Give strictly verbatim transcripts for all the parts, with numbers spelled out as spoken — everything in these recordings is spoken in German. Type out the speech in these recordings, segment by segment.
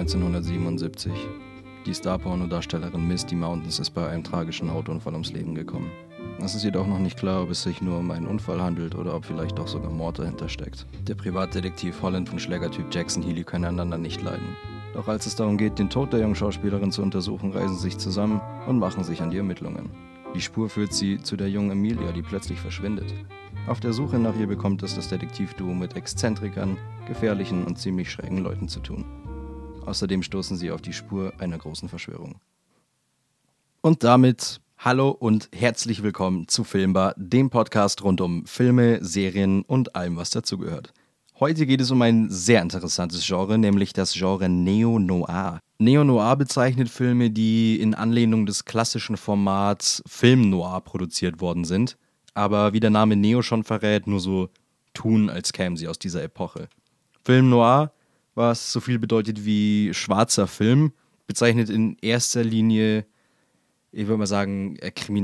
neunzehnhundertsiebenundsiebzig. Die Star-Porno-Darstellerin Misty Mountains ist bei einem tragischen Autounfall ums Leben gekommen. Es ist jedoch noch nicht klar, ob es sich nur um einen Unfall handelt oder ob vielleicht doch sogar Mord dahinter steckt. Der Privatdetektiv Holland und Schlägertyp Jackson Healy können einander nicht leiden. Doch als es darum geht, den Tod der jungen Schauspielerin zu untersuchen, reisen sie sich zusammen und machen sich an die Ermittlungen. Die Spur führt sie zu der jungen Emilia, die plötzlich verschwindet. Auf der Suche nach ihr bekommt es das Detektivduo mit Exzentrikern, gefährlichen und ziemlich schrägen Leuten zu tun. Außerdem stoßen sie auf die Spur einer großen Verschwörung. Und damit hallo und herzlich willkommen zu Filmbar, dem Podcast rund um Filme, Serien und allem, was dazugehört. Heute geht es um ein sehr interessantes Genre, nämlich das Genre Neo-Noir. Neo-Noir bezeichnet Filme, die in Anlehnung des klassischen Formats Film-Noir produziert worden sind, aber wie der Name Neo schon verrät, nur so tun, als kämen sie aus dieser Epoche. Film-Noir, was so viel bedeutet wie schwarzer Film, bezeichnet in erster Linie, ich würde mal sagen,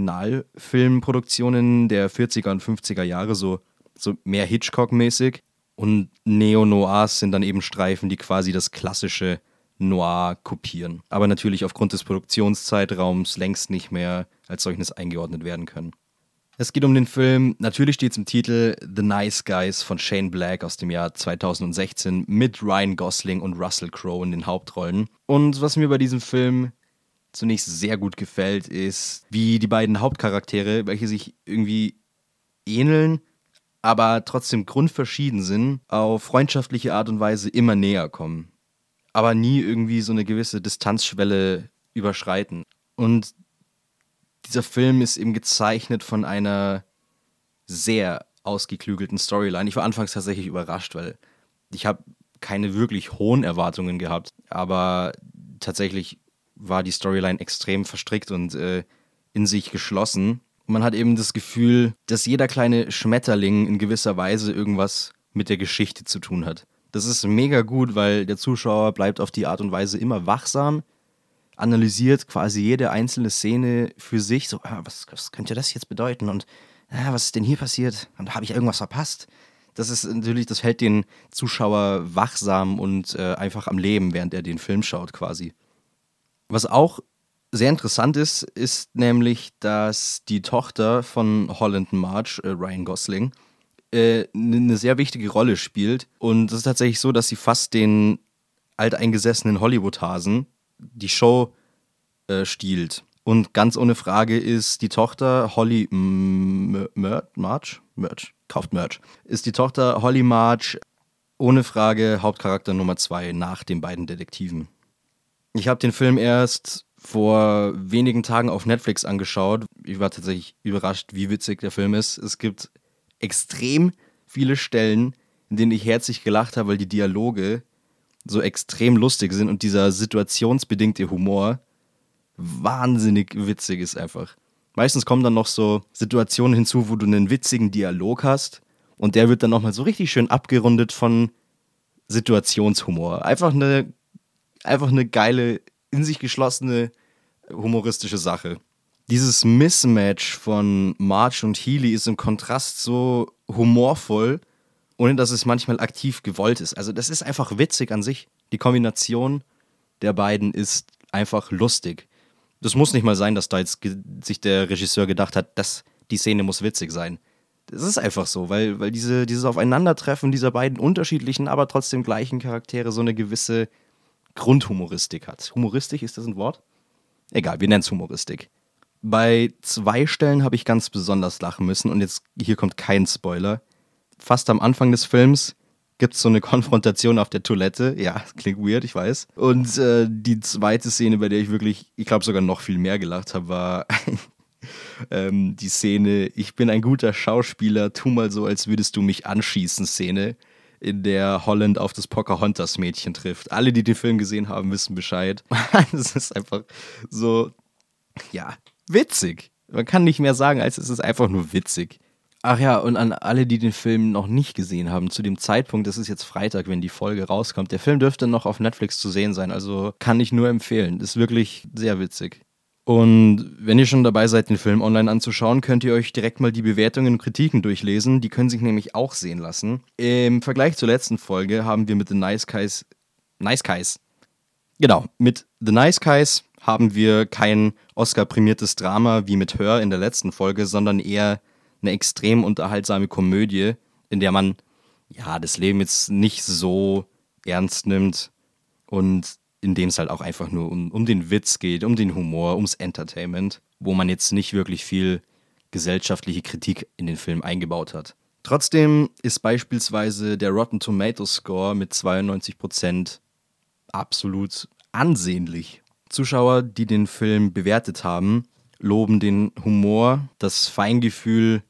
Kriminalfilmproduktionen der vierziger und fünfziger Jahre, so, so mehr Hitchcock-mäßig. Und Neo-Noirs sind dann eben Streifen, die quasi das klassische Noir kopieren, aber natürlich aufgrund des Produktionszeitraums längst nicht mehr als solches eingeordnet werden können. Es geht um den Film, natürlich steht es im Titel, The Nice Guys von Shane Black aus dem Jahr zweitausendsechzehn mit Ryan Gosling und Russell Crowe in den Hauptrollen. Und was mir bei diesem Film zunächst sehr gut gefällt, ist, wie die beiden Hauptcharaktere, welche sich irgendwie ähneln, aber trotzdem grundverschieden sind, auf freundschaftliche Art und Weise immer näher kommen. Aber nie irgendwie so eine gewisse Distanzschwelle überschreiten. Und dieser Film ist eben gezeichnet von einer sehr ausgeklügelten Storyline. Ich war anfangs tatsächlich überrascht, weil ich habe keine wirklich hohen Erwartungen gehabt, aber tatsächlich war die Storyline extrem verstrickt und äh, in sich geschlossen. Man hat eben das Gefühl, dass jeder kleine Schmetterling in gewisser Weise irgendwas mit der Geschichte zu tun hat. Das ist mega gut, weil der Zuschauer bleibt auf die Art und Weise immer wachsam, analysiert quasi jede einzelne Szene für sich, so, ah, was, was könnte das jetzt bedeuten und ah, was ist denn hier passiert und habe ich irgendwas verpasst? Das ist natürlich, das hält den Zuschauer wachsam und äh, einfach am Leben, während er den Film schaut quasi. Was auch sehr interessant ist, ist nämlich, dass die Tochter von Holland March, äh, Ryan Gosling, äh, eine sehr wichtige Rolle spielt und es ist tatsächlich so, dass sie fast den alteingesessenen Hollywood-Hasen die Show äh, stiehlt. Und ganz ohne Frage ist die Tochter Holly M- M- March, Merch, kauft Merch, ist die Tochter Holly March ohne Frage Hauptcharakter Nummer zwei nach den beiden Detektiven. Ich habe den Film erst vor wenigen Tagen auf Netflix angeschaut. Ich war tatsächlich überrascht, wie witzig der Film ist. Es gibt extrem viele Stellen, in denen ich herzlich gelacht habe, weil die Dialoge so extrem lustig sind und dieser situationsbedingte Humor wahnsinnig witzig ist einfach. Meistens kommen dann noch so Situationen hinzu, wo du einen witzigen Dialog hast und der wird dann nochmal so richtig schön abgerundet von Situationshumor. Einfach eine, einfach eine geile, in sich geschlossene, humoristische Sache. Dieses Mismatch von March und Healy ist im Kontrast so humorvoll, ohne dass es manchmal aktiv gewollt ist. Also das ist einfach witzig an sich. Die Kombination der beiden ist einfach lustig. Das muss nicht mal sein, dass da jetzt ge- sich der Regisseur gedacht hat, dass die Szene muss witzig sein. Das ist einfach so, weil, weil diese, dieses Aufeinandertreffen dieser beiden unterschiedlichen, aber trotzdem gleichen Charaktere so eine gewisse Grundhumoristik hat. Humoristisch, ist das ein Wort? Egal, wir nennen es Humoristik. Bei zwei Stellen habe ich ganz besonders lachen müssen und jetzt hier kommt kein Spoiler. Fast am Anfang des Films gibt es so eine Konfrontation auf der Toilette. Ja, klingt weird, ich weiß. Und äh, die zweite Szene, bei der ich wirklich, ich glaube sogar noch viel mehr gelacht habe, war ähm, die Szene, ich bin ein guter Schauspieler, tu mal so, als würdest du mich anschießen Szene, in der Holland auf das Pocahontas-Mädchen trifft. Alle, die den Film gesehen haben, wissen Bescheid. Das ist einfach so, ja, witzig. Man kann nicht mehr sagen, als es ist einfach nur witzig. Ach ja, und an alle, die den Film noch nicht gesehen haben, zu dem Zeitpunkt, das ist jetzt Freitag, wenn die Folge rauskommt, der Film dürfte noch auf Netflix zu sehen sein, also kann ich nur empfehlen. Ist wirklich sehr witzig. Und wenn ihr schon dabei seid, den Film online anzuschauen, könnt ihr euch direkt mal die Bewertungen und Kritiken durchlesen. Die können sich nämlich auch sehen lassen. Im Vergleich zur letzten Folge haben wir mit den Nice Guys, Nice Guys, Genau, mit The Nice Guys haben wir kein Oscar-prämiertes Drama wie mit Her in der letzten Folge, sondern eher eine extrem unterhaltsame Komödie, in der man ja das Leben jetzt nicht so ernst nimmt und in dem es halt auch einfach nur um, um den Witz geht, um den Humor, ums Entertainment, wo man jetzt nicht wirklich viel gesellschaftliche Kritik in den Film eingebaut hat. Trotzdem ist beispielsweise der Rotten Tomatoes Score mit zweiundneunzig Prozent absolut ansehnlich. Zuschauer, die den Film bewertet haben, loben den Humor, das Feingefühl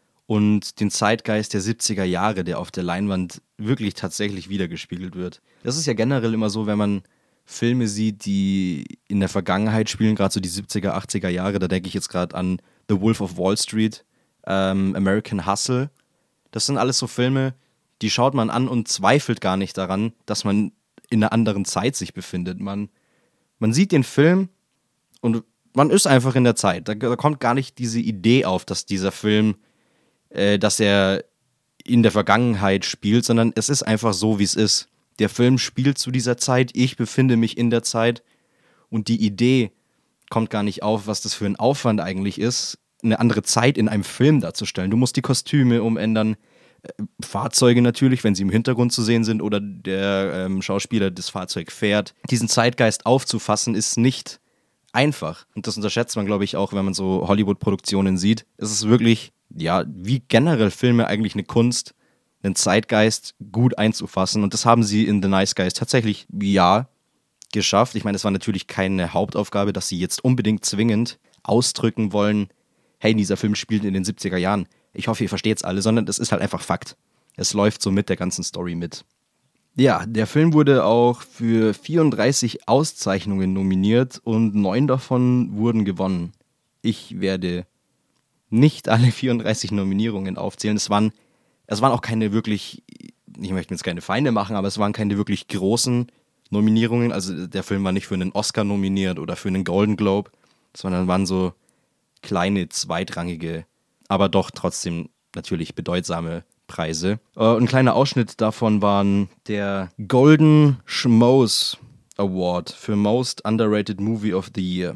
und den Zeitgeist der siebziger Jahre, der auf der Leinwand wirklich tatsächlich wiedergespiegelt wird. Das ist ja generell immer so, wenn man Filme sieht, die in der Vergangenheit spielen, gerade so die siebziger, achtziger Jahre, da denke ich jetzt gerade an The Wolf of Wall Street, ähm, American Hustle. Das sind alles so Filme, die schaut man an und zweifelt gar nicht daran, dass man in einer anderen Zeit sich befindet. Man, man sieht den Film und man ist einfach in der Zeit. Da, da kommt gar nicht diese Idee auf, dass dieser Film, äh, dass er in der Vergangenheit spielt, sondern es ist einfach so, wie es ist. Der Film spielt zu dieser Zeit, ich befinde mich in der Zeit und die Idee kommt gar nicht auf, was das für ein Aufwand eigentlich ist, eine andere Zeit in einem Film darzustellen. Du musst die Kostüme umändern, äh, Fahrzeuge natürlich, wenn sie im Hintergrund zu sehen sind oder der ähm, Schauspieler das Fahrzeug fährt. Diesen Zeitgeist aufzufassen ist nicht einfach. Und das unterschätzt man, glaube ich, auch, wenn man so Hollywood-Produktionen sieht. Es ist wirklich, ja, wie generell Filme eigentlich eine Kunst, einen Zeitgeist gut einzufassen. Und das haben sie in The Nice Guys tatsächlich, ja, geschafft. Ich meine, es war natürlich keine Hauptaufgabe, dass sie jetzt unbedingt zwingend ausdrücken wollen, hey, dieser Film spielt in den siebziger Jahren. Ich hoffe, ihr versteht es alle, sondern das ist halt einfach Fakt. Es läuft so mit der ganzen Story mit. Ja, der Film wurde auch für vierunddreißig Auszeichnungen nominiert und neun davon wurden gewonnen. Ich werde nicht alle vierunddreißig Nominierungen aufzählen. Es waren, es waren auch keine wirklich, ich möchte mir jetzt keine Feinde machen, aber es waren keine wirklich großen Nominierungen. Also der Film war nicht für einen Oscar nominiert oder für einen Golden Globe, sondern waren so kleine, zweitrangige, aber doch trotzdem natürlich bedeutsame Preise. Äh, ein kleiner Ausschnitt davon waren der Golden Schmoes Award für Most Underrated Movie of the Year.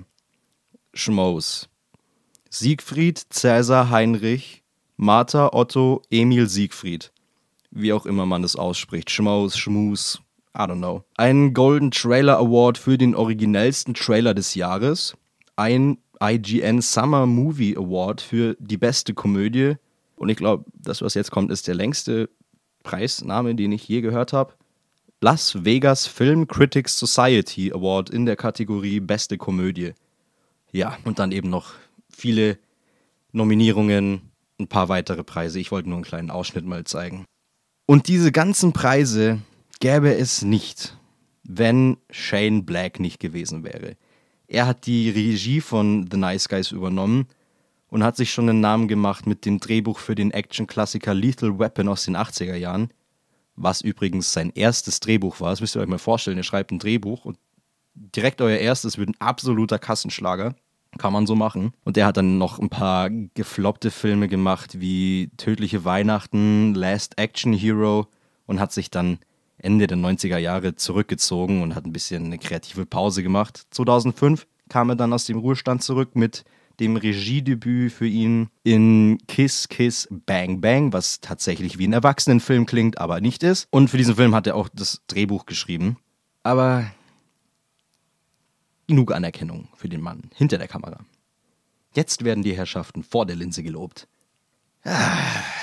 Schmoes. Siegfried, Cäsar, Heinrich, Martha, Otto, Emil, Siegfried. Wie auch immer man das ausspricht. Schmoes, Schmus, I don't know. Ein Golden Trailer Award für den originellsten Trailer des Jahres. Ein I G N Summer Movie Award für die beste Komödie. Und ich glaube, das, was jetzt kommt, ist der längste Preisname, den ich je gehört habe. Las Vegas Film Critics Society Award in der Kategorie Beste Komödie. Ja, und dann eben noch viele Nominierungen, ein paar weitere Preise. Ich wollte nur einen kleinen Ausschnitt mal zeigen. Und diese ganzen Preise gäbe es nicht, wenn Shane Black nicht gewesen wäre. Er hat die Regie von The Nice Guys übernommen und hat sich schon einen Namen gemacht mit dem Drehbuch für den Action-Klassiker Lethal Weapon aus den achtziger Jahren, was übrigens sein erstes Drehbuch war. Das müsst ihr euch mal vorstellen, ihr schreibt ein Drehbuch und direkt euer erstes wird ein absoluter Kassenschlager. Kann man so machen. Und er hat dann noch ein paar gefloppte Filme gemacht, wie Tödliche Weihnachten, Last Action Hero und hat sich dann Ende der neunziger Jahre zurückgezogen und hat ein bisschen eine kreative Pause gemacht. zweitausendfünf kam er dann aus dem Ruhestand zurück mit dem Regiedebüt für ihn in Kiss Kiss Bang Bang, was tatsächlich wie ein Erwachsenenfilm klingt, aber nicht ist. Und für diesen Film hat er auch das Drehbuch geschrieben. Aber genug Anerkennung für den Mann hinter der Kamera. Jetzt werden die Herrschaften vor der Linse gelobt. Ah.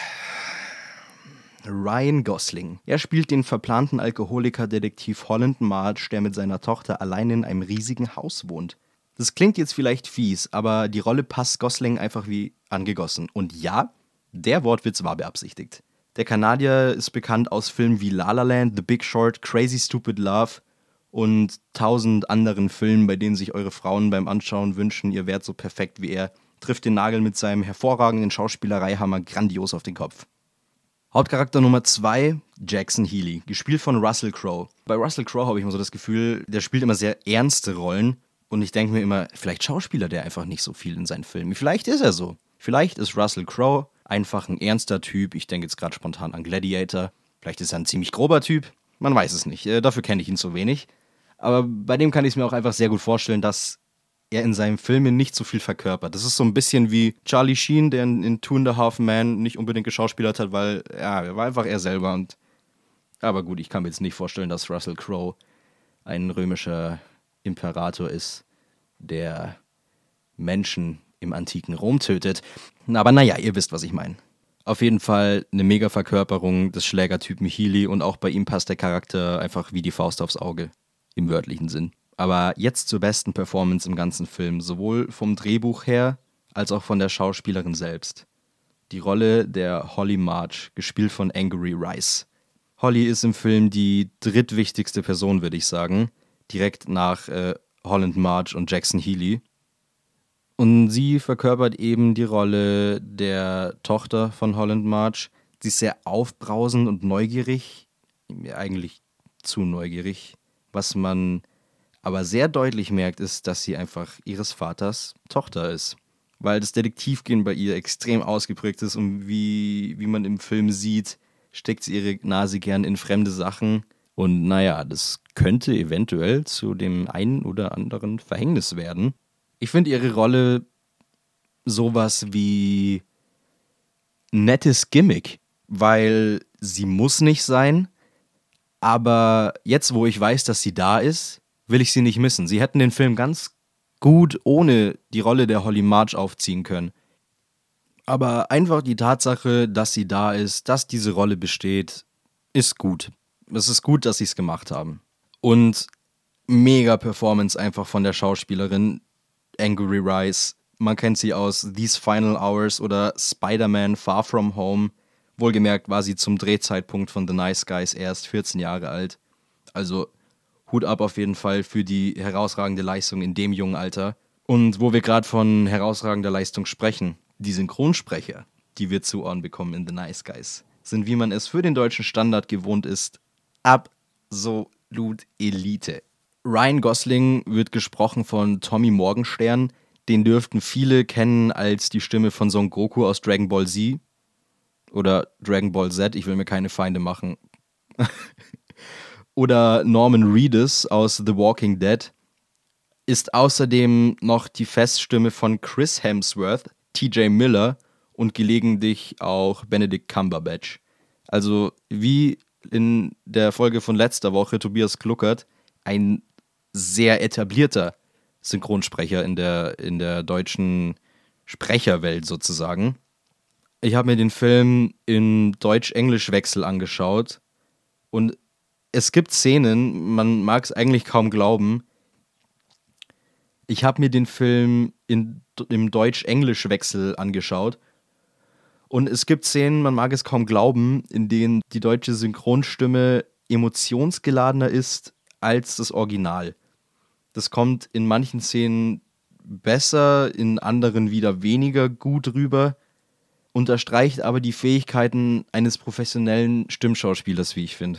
Ryan Gosling. Er spielt den verplanten Alkoholiker-Detektiv Holland March, der mit seiner Tochter allein in einem riesigen Haus wohnt. Das klingt jetzt vielleicht fies, aber die Rolle passt Gosling einfach wie angegossen. Und ja, der Wortwitz war beabsichtigt. Der Kanadier ist bekannt aus Filmen wie La La Land, The Big Short, Crazy Stupid Love und tausend anderen Filmen, bei denen sich eure Frauen beim Anschauen wünschen, ihr wärt so perfekt wie er, trifft den Nagel mit seinem hervorragenden Schauspielereihammer grandios auf den Kopf. Hauptcharakter Nummer zwei, Jackson Healy, gespielt von Russell Crowe. Bei Russell Crowe habe ich immer so das Gefühl, der spielt immer sehr ernste Rollen und ich denke mir immer, vielleicht schauspielert der einfach nicht so viel in seinen Filmen. Vielleicht ist er so. Vielleicht ist Russell Crowe einfach ein ernster Typ. Ich denke jetzt gerade spontan an Gladiator. Vielleicht ist er ein ziemlich grober Typ. Man weiß es nicht. Äh, dafür kenne ich ihn zu wenig. Aber bei dem kann ich es mir auch einfach sehr gut vorstellen, dass er in seinen Filmen nicht so viel verkörpert. Das ist so ein bisschen wie Charlie Sheen, der in, in Two and a Half Men nicht unbedingt geschauspielert hat, weil ja, er war einfach er selber. Und aber gut, ich kann mir jetzt nicht vorstellen, dass Russell Crowe ein römischer Imperator ist, der Menschen im antiken Rom tötet. Aber naja, ihr wisst, was ich meine. Auf jeden Fall eine Mega-Verkörperung des Schlägertypen Healy und auch bei ihm passt der Charakter einfach wie die Faust aufs Auge, im wörtlichen Sinn. Aber jetzt zur besten Performance im ganzen Film, sowohl vom Drehbuch her als auch von der Schauspielerin selbst. Die Rolle der Holly March, gespielt von Angourie Rice. Holly ist im Film die drittwichtigste Person, würde ich sagen, direkt nach äh, Holland March und Jackson Healy. Und sie verkörpert eben die Rolle der Tochter von Holland March. Sie ist sehr aufbrausend und neugierig, eigentlich zu neugierig. Was man aber sehr deutlich merkt, ist, dass sie einfach ihres Vaters Tochter ist. Weil das Detektivgehen bei ihr extrem ausgeprägt ist und wie, wie man im Film sieht, steckt sie ihre Nase gern in fremde Sachen. Und naja, das könnte eventuell zu dem einen oder anderen Verhängnis werden. Ich finde ihre Rolle sowas wie nettes Gimmick, weil sie muss nicht sein, aber jetzt, wo ich weiß, dass sie da ist, will ich sie nicht missen. Sie hätten den Film ganz gut ohne die Rolle der Holly March aufziehen können. Aber einfach die Tatsache, dass sie da ist, dass diese Rolle besteht, ist gut. Es ist gut, dass sie es gemacht haben. Und mega Performance einfach von der Schauspielerin Angourie Rice. Man kennt sie aus These Final Hours oder Spider-Man Far From Home. Wohlgemerkt war sie zum Drehzeitpunkt von The Nice Guys erst vierzehn Jahre alt. Also Hut ab auf jeden Fall für die herausragende Leistung in dem jungen Alter. Und wo wir gerade von herausragender Leistung sprechen, die Synchronsprecher, die wir zu Ohren bekommen in The Nice Guys, sind, wie man es für den deutschen Standard gewohnt ist, absolut Elite. Ryan Gosling wird gesprochen von Tommy Morgenstern. Den dürften viele kennen als die Stimme von Son Goku aus Dragon Ball Z. Oder Dragon Ball Z, ich will mir keine Feinde machen. Oder Norman Reedus aus The Walking Dead. Ist außerdem noch die Feststimme von Chris Hemsworth, T J Miller und gelegentlich auch Benedict Cumberbatch. Also wie in der Folge von letzter Woche Tobias Gluckert, ein sehr etablierter Synchronsprecher in der, in der deutschen Sprecherwelt sozusagen. Ich habe mir den Film in Deutsch-Englisch-Wechsel angeschaut und es gibt Szenen, man mag es eigentlich kaum glauben. Ich habe mir den Film in, im Deutsch-Englisch-Wechsel angeschaut und es gibt Szenen, man mag es kaum glauben, in denen die deutsche Synchronstimme emotionsgeladener ist als das Original. Das kommt in manchen Szenen besser, in anderen wieder weniger gut rüber, unterstreicht aber die Fähigkeiten eines professionellen Stimmschauspielers, wie ich finde.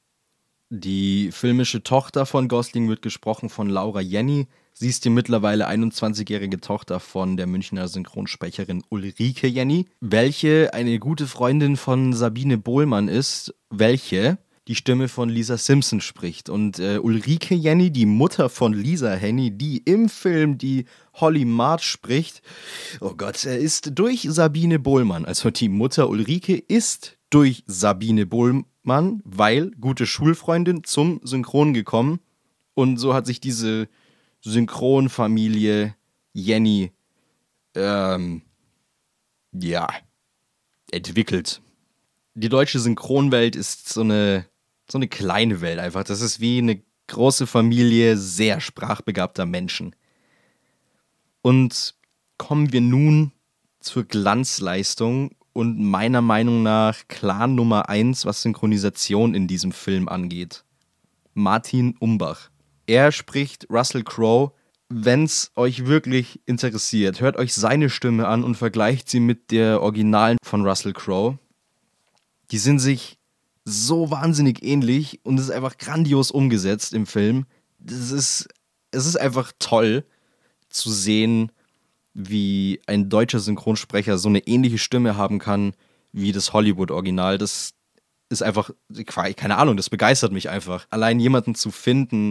Die filmische Tochter von Gosling wird gesprochen von Laura Jenny. Sie ist die mittlerweile einundzwanzigjährige Tochter von der Münchner Synchronsprecherin Ulrike Jenny, welche eine gute Freundin von Sabine Bohlmann ist, welche die Stimme von Lisa Simpson spricht. Und äh, Ulrike Jenny, die Mutter von Lisa Henny, die im Film die Holly March spricht, oh Gott, er ist durch Sabine Bohlmann, also die Mutter Ulrike ist durch Sabine Bohlmann, weil gute Schulfreundin, zum Synchron gekommen. Und so hat sich diese Synchronfamilie Jenny ähm, ja, entwickelt. Die deutsche Synchronwelt ist so eine So eine kleine Welt einfach. Das ist wie eine große Familie sehr sprachbegabter Menschen. Und kommen wir nun zur Glanzleistung und meiner Meinung nach klar Nummer eins, was Synchronisation in diesem Film angeht. Martin Umbach. Er spricht Russell Crowe. Wenn's euch wirklich interessiert, hört euch seine Stimme an und vergleicht sie mit der Originalen von Russell Crowe. Die sind sich so wahnsinnig ähnlich und es ist einfach grandios umgesetzt im Film. Das ist, es ist einfach toll zu sehen, wie ein deutscher Synchronsprecher so eine ähnliche Stimme haben kann wie das Hollywood-Original. Das ist einfach, keine Ahnung, das begeistert mich einfach. Allein jemanden zu finden,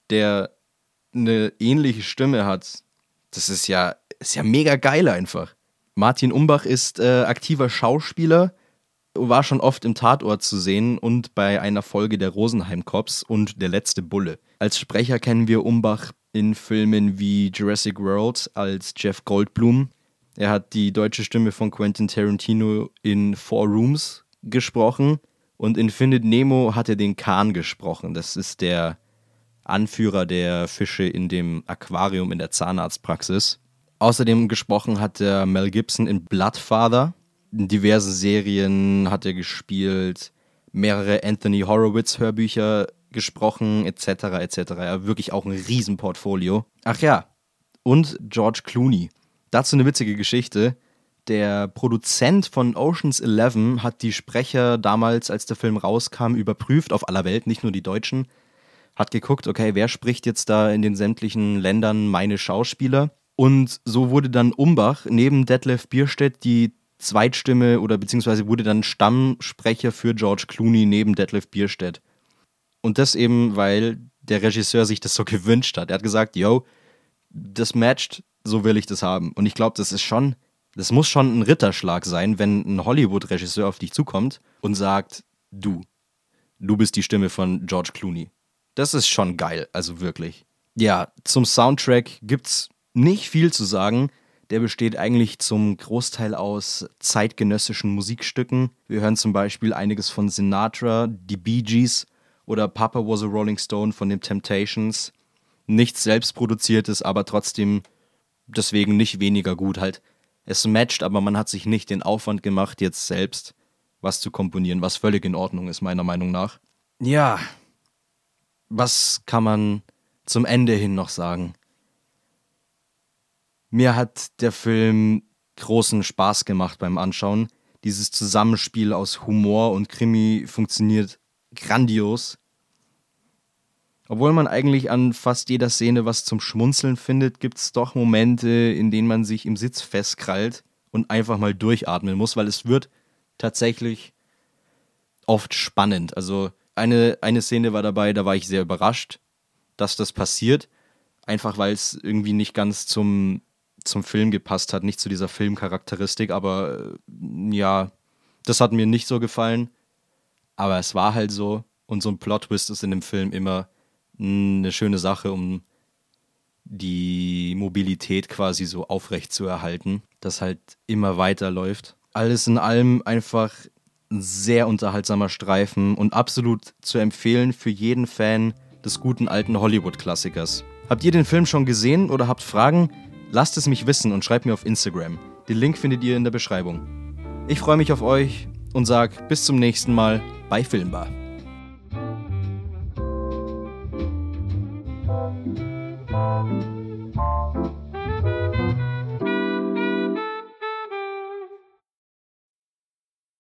der eine ähnliche Stimme hat, das ist ja, ist ja mega geil einfach. Martin Umbach ist äh, aktiver Schauspieler, war schon oft im Tatort zu sehen und bei einer Folge der Rosenheim Cops und Der letzte Bulle. Als Sprecher kennen wir Umbach in Filmen wie Jurassic World als Jeff Goldblum. Er hat die deutsche Stimme von Quentin Tarantino in Four Rooms gesprochen und in Findet Nemo hat er den Kahn gesprochen. Das ist der Anführer der Fische in dem Aquarium in der Zahnarztpraxis. Außerdem gesprochen hat er Mel Gibson in Bloodfather. In diversen Serien hat er gespielt, mehrere Anthony Horowitz-Hörbücher gesprochen, et cetera et cetera. Ja, wirklich auch ein Riesenportfolio. Ach ja, und George Clooney. Dazu eine witzige Geschichte. Der Produzent von Ocean's Eleven hat die Sprecher damals, als der Film rauskam, überprüft auf aller Welt, nicht nur die Deutschen. Hat geguckt, okay, wer spricht jetzt da in den sämtlichen Ländern meine Schauspieler? Und so wurde dann Umbach neben Detlef Bierstedt die Zweitstimme oder beziehungsweise wurde dann Stammsprecher für George Clooney neben Detlef Bierstedt. Und das eben, weil der Regisseur sich das so gewünscht hat. Er hat gesagt, yo, das matcht, so will ich das haben. Und ich glaube, das ist schon, das muss schon ein Ritterschlag sein, wenn ein Hollywood-Regisseur auf dich zukommt und sagt, du, du bist die Stimme von George Clooney. Das ist schon geil, also wirklich. Ja, zum Soundtrack gibt's nicht viel zu sagen. Der besteht eigentlich zum Großteil aus zeitgenössischen Musikstücken. Wir hören zum Beispiel einiges von Sinatra, die Bee Gees oder Papa Was a Rolling Stone von den Temptations. Nichts selbstproduziertes, aber trotzdem deswegen nicht weniger gut halt. Es matcht, aber man hat sich nicht den Aufwand gemacht, jetzt selbst was zu komponieren, was völlig in Ordnung ist, meiner Meinung nach. Ja, was kann man zum Ende hin noch sagen? Mir hat der Film großen Spaß gemacht beim Anschauen. Dieses Zusammenspiel aus Humor und Krimi funktioniert grandios. Obwohl man eigentlich an fast jeder Szene was zum Schmunzeln findet, gibt es doch Momente, in denen man sich im Sitz festkrallt und einfach mal durchatmen muss, weil es wird tatsächlich oft spannend. Also eine, eine Szene war dabei, da war ich sehr überrascht, dass das passiert. Einfach weil es irgendwie nicht ganz zum... zum Film gepasst hat, nicht zu dieser Filmcharakteristik, aber äh, ja, das hat mir nicht so gefallen, aber es war halt so und so ein Plot-Twist ist in dem Film immer eine schöne Sache, um die Mobilität quasi so aufrecht zu erhalten, das halt immer weiterläuft. Alles in allem einfach ein sehr unterhaltsamer Streifen und absolut zu empfehlen für jeden Fan des guten alten Hollywood-Klassikers. Habt ihr den Film schon gesehen oder habt Fragen? Lasst es mich wissen und schreibt mir auf Instagram. Den Link findet ihr in der Beschreibung. Ich freue mich auf euch und sag bis zum nächsten Mal bei Filmbar.